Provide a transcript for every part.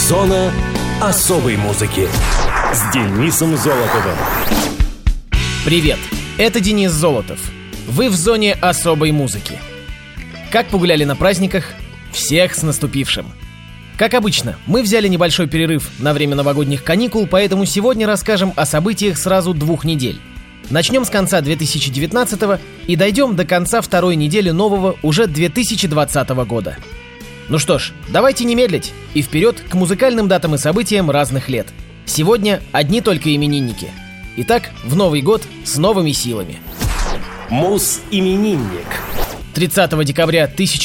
Зона особой музыки с Денисом Золотовым. Привет, это Денис Золотов. Вы в зоне особой музыки. Как погуляли на праздниках? Всех с наступившим! Как обычно, мы взяли небольшой перерыв на время новогодних каникул, поэтому сегодня расскажем о событиях сразу 2 недель. Начнем с конца 2019 и дойдем до конца второй недели нового, уже 2020 года. Ну что ж, давайте не медлить и вперед к музыкальным датам и событиям разных лет. Сегодня одни только именинники. Итак, в Новый год с новыми силами. Муз-именинник. 30 декабря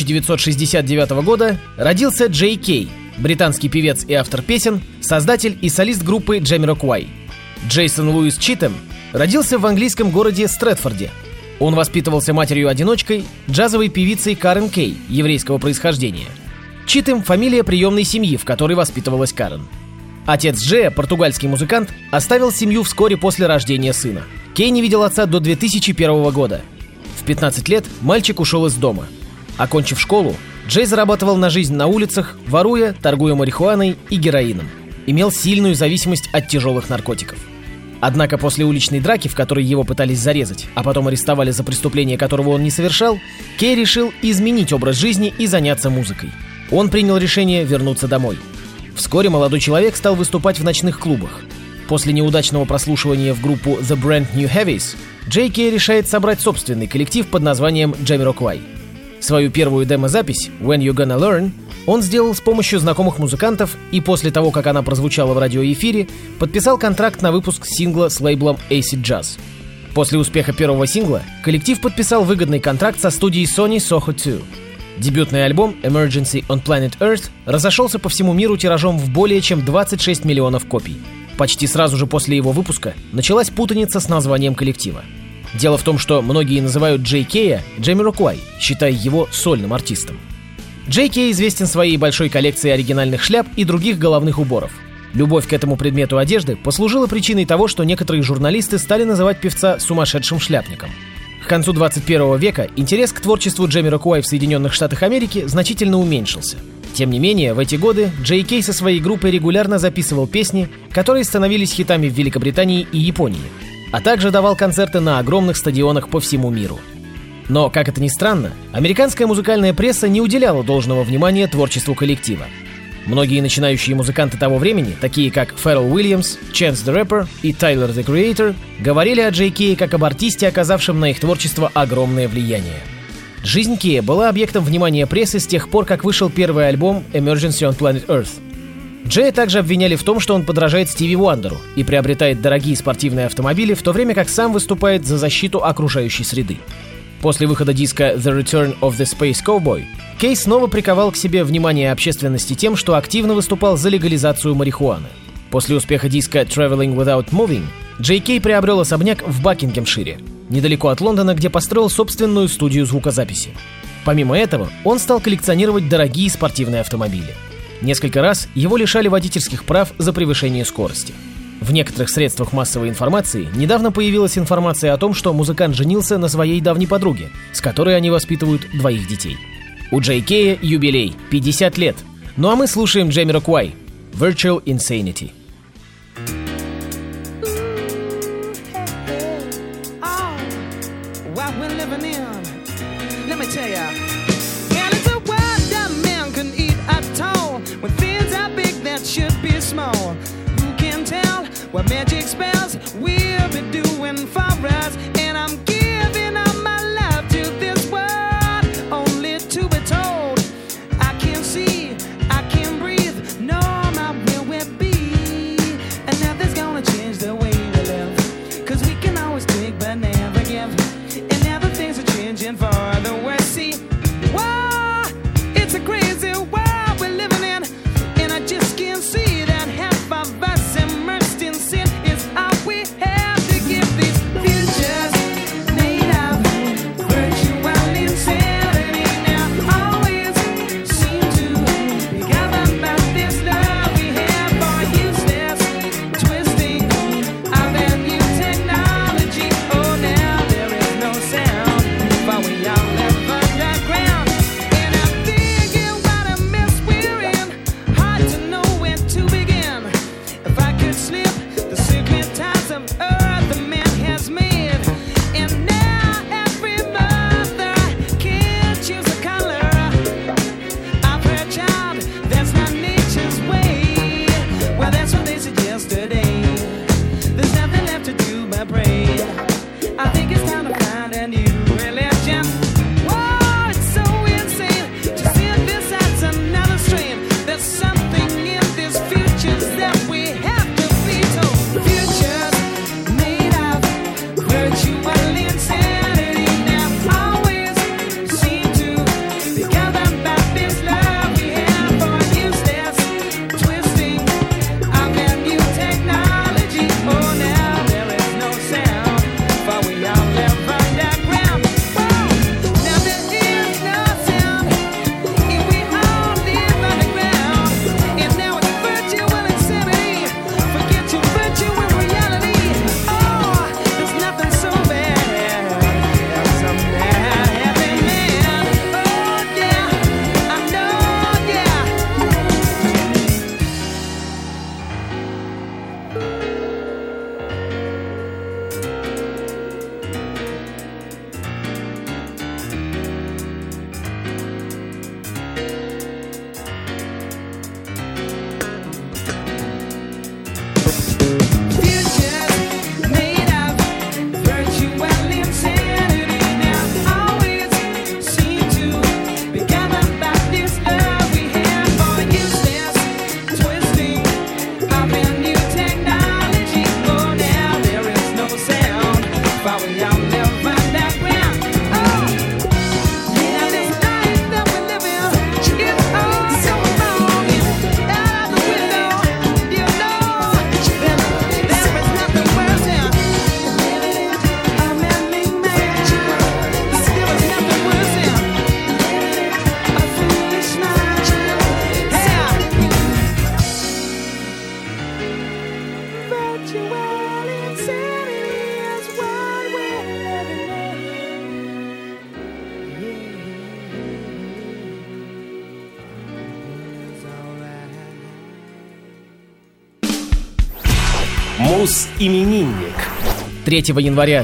1969 года родился Джей Кей, британский певец и автор песен, создатель и солист группы Jamiroquai. Джейсон Луис Читем родился в английском городе Стрэдфорде. Он воспитывался матерью-одиночкой, джазовой певицей Карен Кей, еврейского происхождения. Читем – фамилия приемной семьи, в которой воспитывалась Карен. Отец Джея, португальский музыкант, оставил семью вскоре после рождения сына. Кей не видел отца до 2001 года. В 15 лет мальчик ушел из дома. Окончив школу, Джей зарабатывал на жизнь на улицах, воруя, торгуя марихуаной и героином. Имел сильную зависимость от тяжелых наркотиков. Однако после уличной драки, в которой его пытались зарезать, а потом арестовали за преступление, которого он не совершал, Кей решил изменить образ жизни и заняться музыкой. Он принял решение вернуться домой. Вскоре молодой человек стал выступать в ночных клубах. После неудачного прослушивания в группу The Brand New Heavies, Джей Кей решает собрать собственный коллектив под названием Jamiroquai. Свою первую демо-запись «When You Gonna Learn» он сделал с помощью знакомых музыкантов и после того, как она прозвучала в радиоэфире, подписал контракт на выпуск сингла с лейблом Acid Jazz. После успеха первого сингла коллектив подписал выгодный контракт со студией Sony Soho 2. Дебютный альбом Emergency on Planet Earth разошелся по всему миру тиражом в более чем 26 миллионов копий. Почти сразу же после его выпуска началась путаница с названием коллектива. Дело в том, что многие называют Джей Кея Jamiroquai, считая его сольным артистом. Джей Кей известен своей большой коллекцией оригинальных шляп и других головных уборов. Любовь к этому предмету одежды послужила причиной того, что некоторые журналисты стали называть певца сумасшедшим шляпником. К концу 21 века интерес к творчеству Jamiroquai в Соединенных Штатах Америки значительно уменьшился. Тем не менее, в эти годы Джей Кей со своей группой регулярно записывал песни, которые становились хитами в Великобритании и Японии, а также давал концерты на огромных стадионах по всему миру. Но, как это ни странно, американская музыкальная пресса не уделяла должного внимания творчеству коллектива. Многие начинающие музыканты того времени, такие как Феррелл Уильямс, Chance the Rapper и Тайлер the Creator, говорили о Джей Кее как об артисте, оказавшем на их творчество огромное влияние. Жизнь Кея была объектом внимания прессы с тех пор, как вышел первый альбом Emergency on Planet Earth. Джея также обвиняли в том, что он подражает Стиви Уандеру и приобретает дорогие спортивные автомобили, в то время как сам выступает за защиту окружающей среды. После выхода диска «The Return of the Space Cowboy» Кей снова приковал к себе внимание общественности тем, что активно выступал за легализацию марихуаны. После успеха диска «Traveling Without Moving» Джей Кей приобрел особняк в Бакингемшире, недалеко от Лондона, где построил собственную студию звукозаписи. Помимо этого, он стал коллекционировать дорогие спортивные автомобили. Несколько раз его лишали водительских прав за превышение скорости. В некоторых средствах массовой информации недавно появилась информация о том, что музыкант женился на своей давней подруге, с которой они воспитывают 2 детей. У Джей Кея юбилей – 50 лет. Ну а мы слушаем Jamiroquai – Virtual Insanity. What magic spells we'll be doing for us, and I'm giving all my love to this world, only to be told I can't see, I can't breathe, no, my will will be, and nothing's gonna change the way we live, 'cause we can always take but never give, and now the things are changing for the worse. See, whoa, it's a crazy world we're living in, and I just can't see that half of us immersed in sin is all we have to give these futures. Муз-именинник. 3 января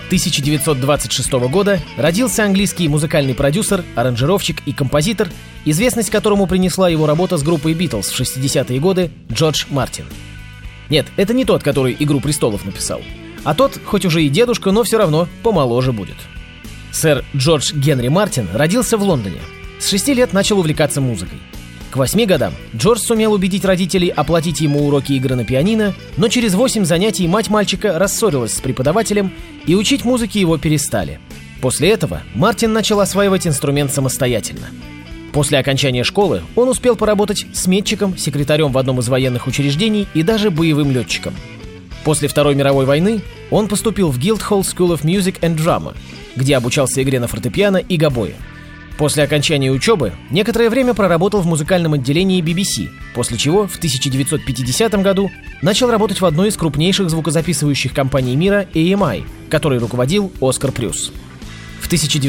1926 года родился английский музыкальный продюсер, аранжировщик и композитор, известность которому принесла его работа с группой Beatles в 60-е годы, Джордж Мартин. Нет, это не тот, который «Игру престолов» написал, а тот, хоть уже и дедушка, но все равно помоложе будет. Сэр Джордж Генри Мартин родился в Лондоне. С 6 лет начал увлекаться музыкой. К 8 годам Джордж сумел убедить родителей оплатить ему уроки игры на пианино, но через 8 занятий мать мальчика рассорилась с преподавателем, и учить музыке его перестали. После этого Мартин начал осваивать инструмент самостоятельно. После окончания школы он успел поработать сметчиком, секретарем в одном из военных учреждений и даже боевым летчиком. После Второй мировой войны он поступил в Guildhall School of Music and Drama, где обучался игре на фортепиано и гобое. После окончания учебы некоторое время проработал в музыкальном отделении BBC, после чего в 1950 году начал работать в одной из крупнейших звукозаписывающих компаний мира EMI, которой руководил Оскар Прюс. В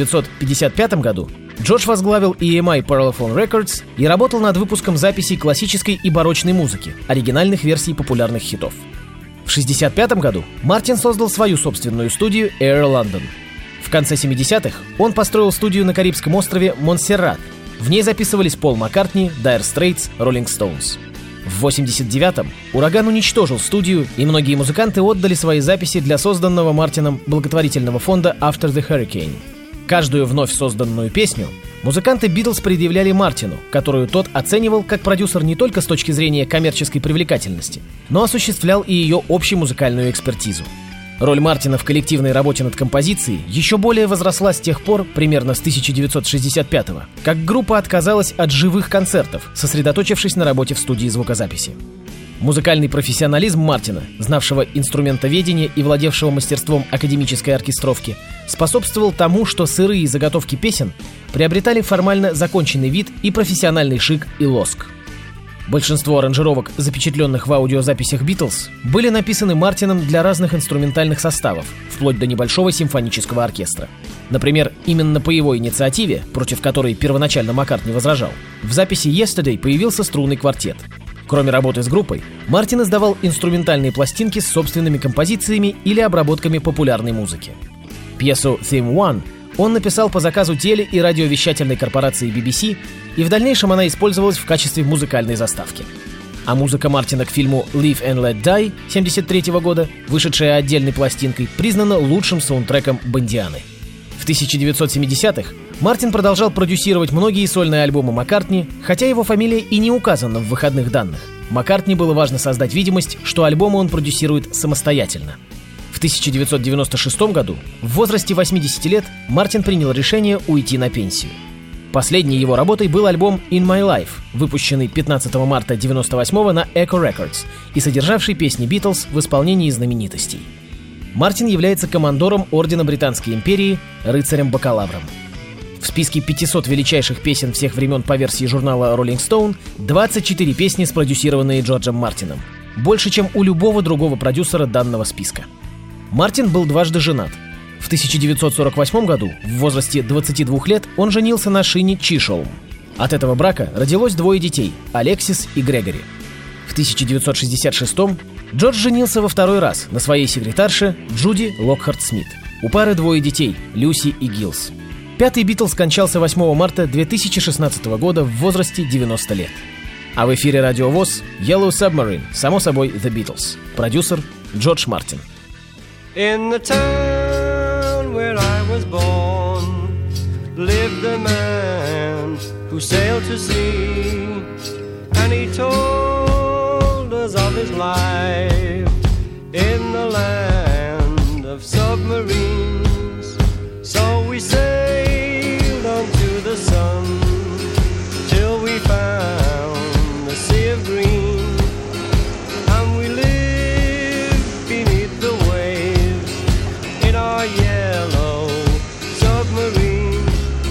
1955 году Джордж возглавил EMI Parlophone Records и работал над выпуском записей классической и барочной музыки, оригинальных версий популярных хитов. В 1965 году Мартин создал свою собственную студию Air London. В конце 70-х он построил студию на Карибском острове Монсеррат. В ней записывались Пол Маккартни, Dire Straits, Rolling Stones. В 89-м ураган уничтожил студию, и многие музыканты отдали свои записи для созданного Мартином благотворительного фонда After the Hurricane. Каждую вновь созданную песню музыканты Beatles предъявляли Мартину, которую тот оценивал как продюсер не только с точки зрения коммерческой привлекательности, но осуществлял и ее общемузыкальную экспертизу. Роль Мартина в коллективной работе над композицией еще более возросла с тех пор, примерно с 1965-го, как группа отказалась от живых концертов, сосредоточившись на работе в студии звукозаписи. Музыкальный профессионализм Мартина, знавшего инструментоведение и владевшего мастерством академической оркестровки, способствовал тому, что сырые заготовки песен приобретали формально законченный вид и профессиональный шик и лоск. Большинство аранжировок, запечатленных в аудиозаписях Beatles, были написаны Мартином для разных инструментальных составов, вплоть до небольшого симфонического оркестра. Например, именно по его инициативе, против которой первоначально Маккартни возражал, в записи «Yesterday» появился струнный квартет. Кроме работы с группой, Мартин издавал инструментальные пластинки с собственными композициями или обработками популярной музыки. Пьесу «Theme One» он написал по заказу теле- и радиовещательной корпорации BBC, и в дальнейшем она использовалась в качестве музыкальной заставки. А музыка Мартина к фильму «Live and Let Die» 1973 года, вышедшая отдельной пластинкой, признана лучшим саундтреком «Бондианы». В 1970-х Мартин продолжал продюсировать многие сольные альбомы Маккартни, хотя его фамилия и не указана в выходных данных. Маккартни было важно создать видимость, что альбомы он продюсирует самостоятельно. В 1996 году, в возрасте 80 лет, Мартин принял решение уйти на пенсию. Последней его работой был альбом «In My Life», выпущенный 15 марта 1998 на Echo Records и содержавший песни Beatles в исполнении знаменитостей. Мартин является командором Ордена Британской империи, рыцарем-бакалавром. В списке 500 величайших песен всех времен по версии журнала Rolling Stone 24 песни, спродюсированные Джорджем Мартином. Больше, чем у любого другого продюсера данного списка. Мартин был дважды женат. В 1948 году, в возрасте 22 лет, он женился на Шинни Чишолм. От этого брака родилось двое детей – Алексис и Грегори. В 1966 Джордж женился во второй раз на своей секретарше Джуди Локхарт Смит. У пары двое детей – Люси и Гиллс. Пятый Битлз скончался 8 марта 2016 года в возрасте 90 лет. А в эфире Радио ВОС Yellow Submarine, само собой The Beatles. Продюсер Джордж Мартин. In the town where I was born lived a man who sailed to sea, and he told us of his life in the land of submarines. So we sailed on to the sun till we found the sea of green, and we lived beneath the waves in our yellow submarine.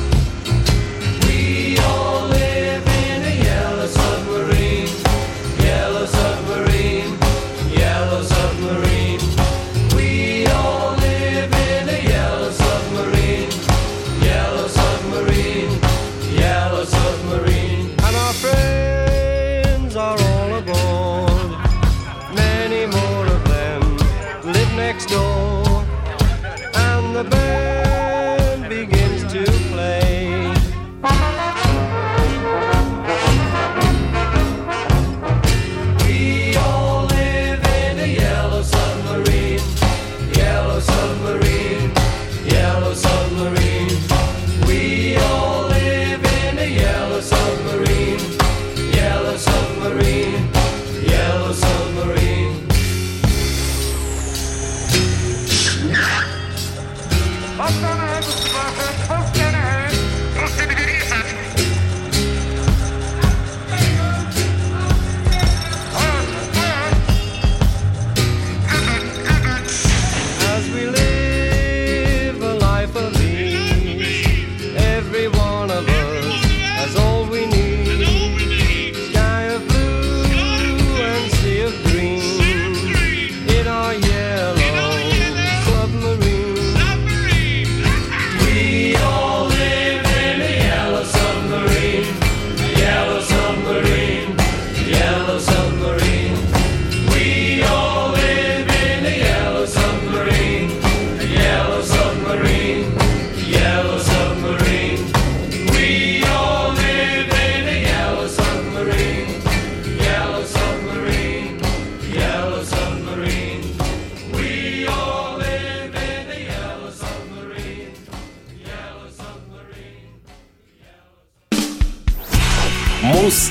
We all live in a yellow submarine, yellow submarine, yellow submarine. We all live in a yellow submarine, yellow submarine, yellow submarine. And our friends are all aboard, many more of them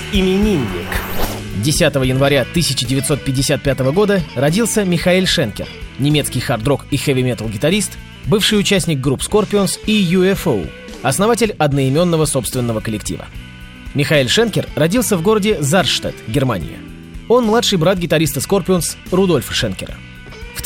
Именинник. 10 января 1955 года родился Михаэль Шенкер, немецкий хард-рок и хэви-метал гитарист, бывший участник групп Scorpions и UFO, основатель одноименного собственного коллектива. Михаэль Шенкер родился в городе Зарштедт, Германия. Он младший брат гитариста Scorpions Рудольфа Шенкера. В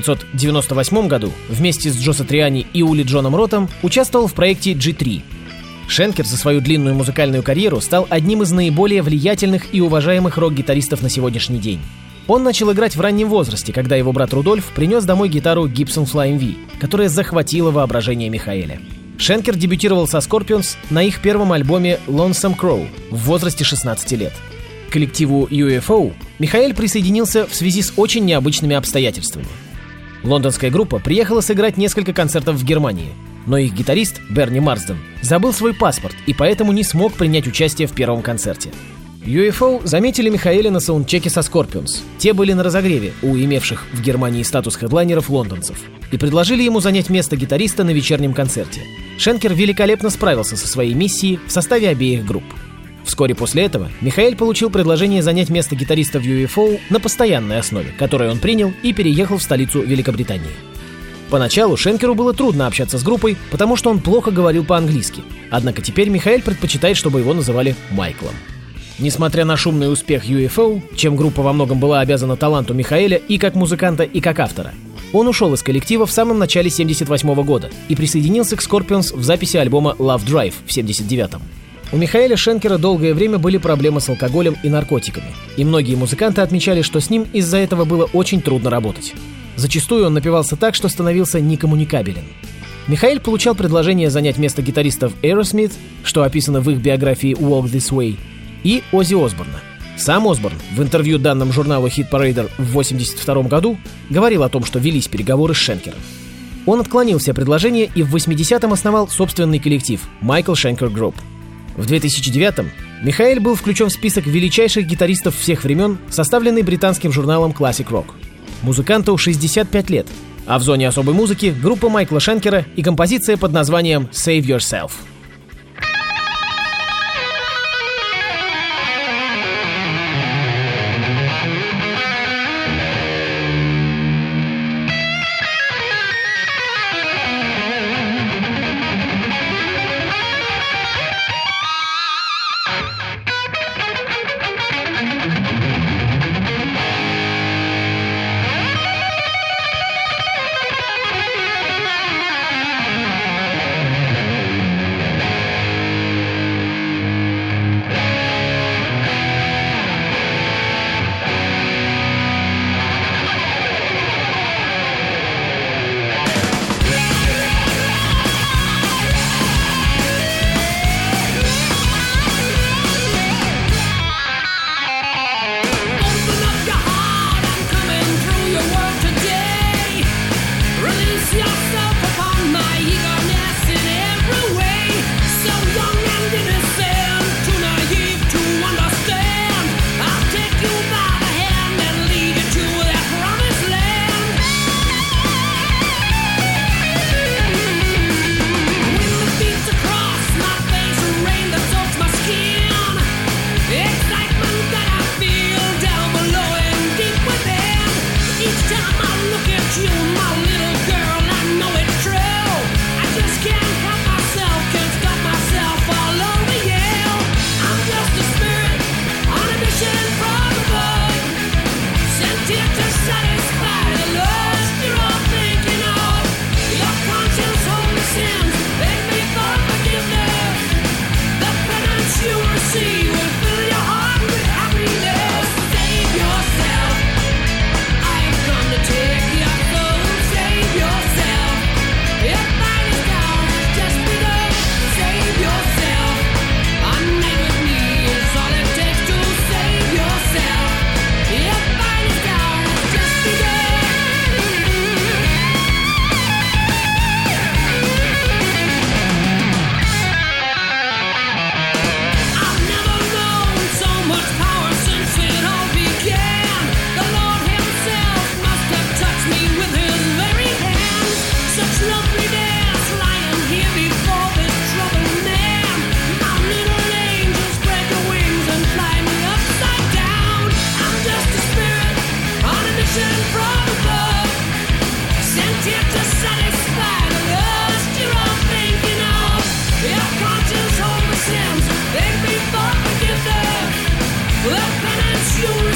1998 году вместе с Джо Сатриани и Ули Джоном Ротом участвовал в проекте G3. Шенкер за свою длинную музыкальную карьеру стал одним из наиболее влиятельных и уважаемых рок-гитаристов на сегодняшний день. Он начал играть в раннем возрасте, когда его брат Рудольф принес домой гитару Gibson Flying V, которая захватила воображение Михаэля. Шенкер дебютировал со Scorpions на их первом альбоме Lonesome Crow в возрасте 16 лет. К коллективу UFO Михаэль присоединился в связи с очень необычными обстоятельствами. Лондонская группа приехала сыграть несколько концертов в Германии, но их гитарист Берни Марсден забыл свой паспорт и поэтому не смог принять участие в первом концерте. UFO заметили Михаэля на саундчеке со Scorpions. Те были на разогреве у имевших в Германии статус хедлайнеров лондонцев и предложили ему занять место гитариста на вечернем концерте. Шенкер великолепно справился со своей миссией в составе обеих групп. Вскоре после этого Михаэль получил предложение занять место гитариста в UFO на постоянной основе, которое он принял и переехал в столицу Великобритании. Поначалу Шенкеру было трудно общаться с группой, потому что он плохо говорил по-английски. Однако теперь Михаэль предпочитает, чтобы его называли Майклом. Несмотря на шумный успех UFO, чем группа во многом была обязана таланту Михаэля и как музыканта, и как автора, он ушел из коллектива в самом начале 1978 года и присоединился к Scorpions в записи альбома Love Drive в 1979. У Михаэля Шенкера долгое время были проблемы с алкоголем и наркотиками, и многие музыканты отмечали, что с ним из-за этого было очень трудно работать. Зачастую он напивался так, что становился некоммуникабелен. Михаэль получал предложение занять место гитаристов Aerosmith, что описано в их биографии Walk This Way, и Оззи Осборна. Сам Осборн в интервью данным журналу Hit Parader в 1982 году говорил о том, что велись переговоры с Шенкером. Он отклонил все предложения и в 80-м основал собственный коллектив Michael Schenker Group. В 2009-м Михаэль был включен в список величайших гитаристов всех времен, составленный британским журналом Classic Rock. Музыканту 65 лет, а в зоне особой музыки группа Майкла Шенкера и композиция под названием Save Yourself.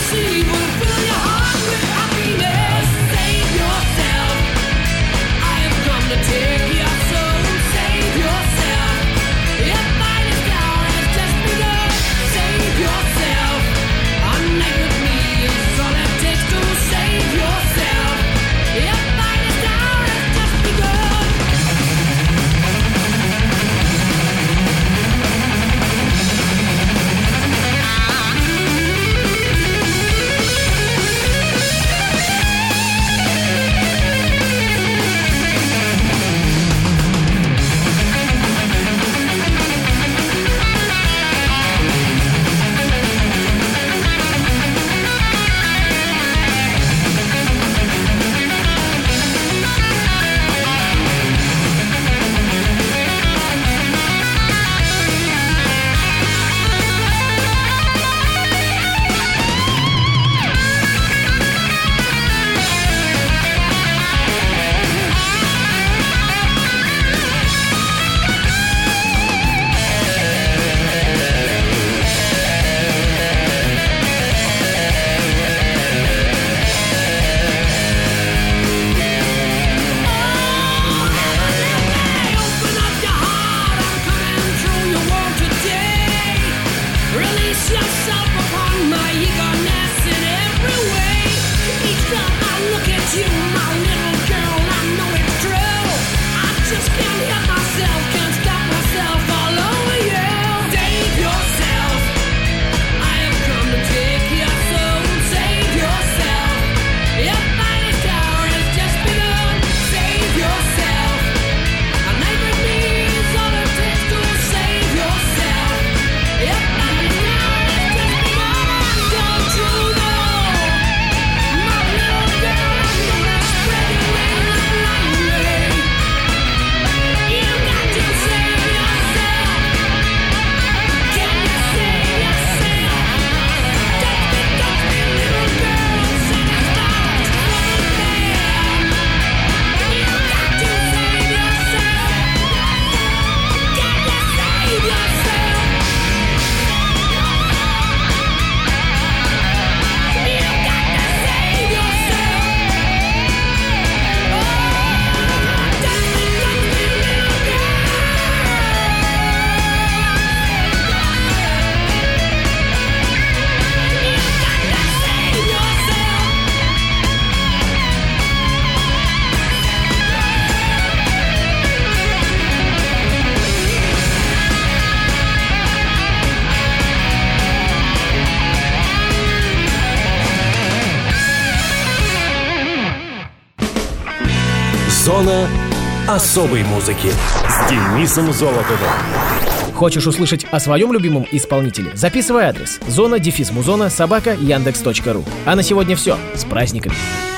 Зона особой музыки с Денисом Золотовым. Хочешь услышать о своем любимом исполнителе? Записывай адрес: zona-muzona@yandex.ru. А на сегодня все. С праздниками!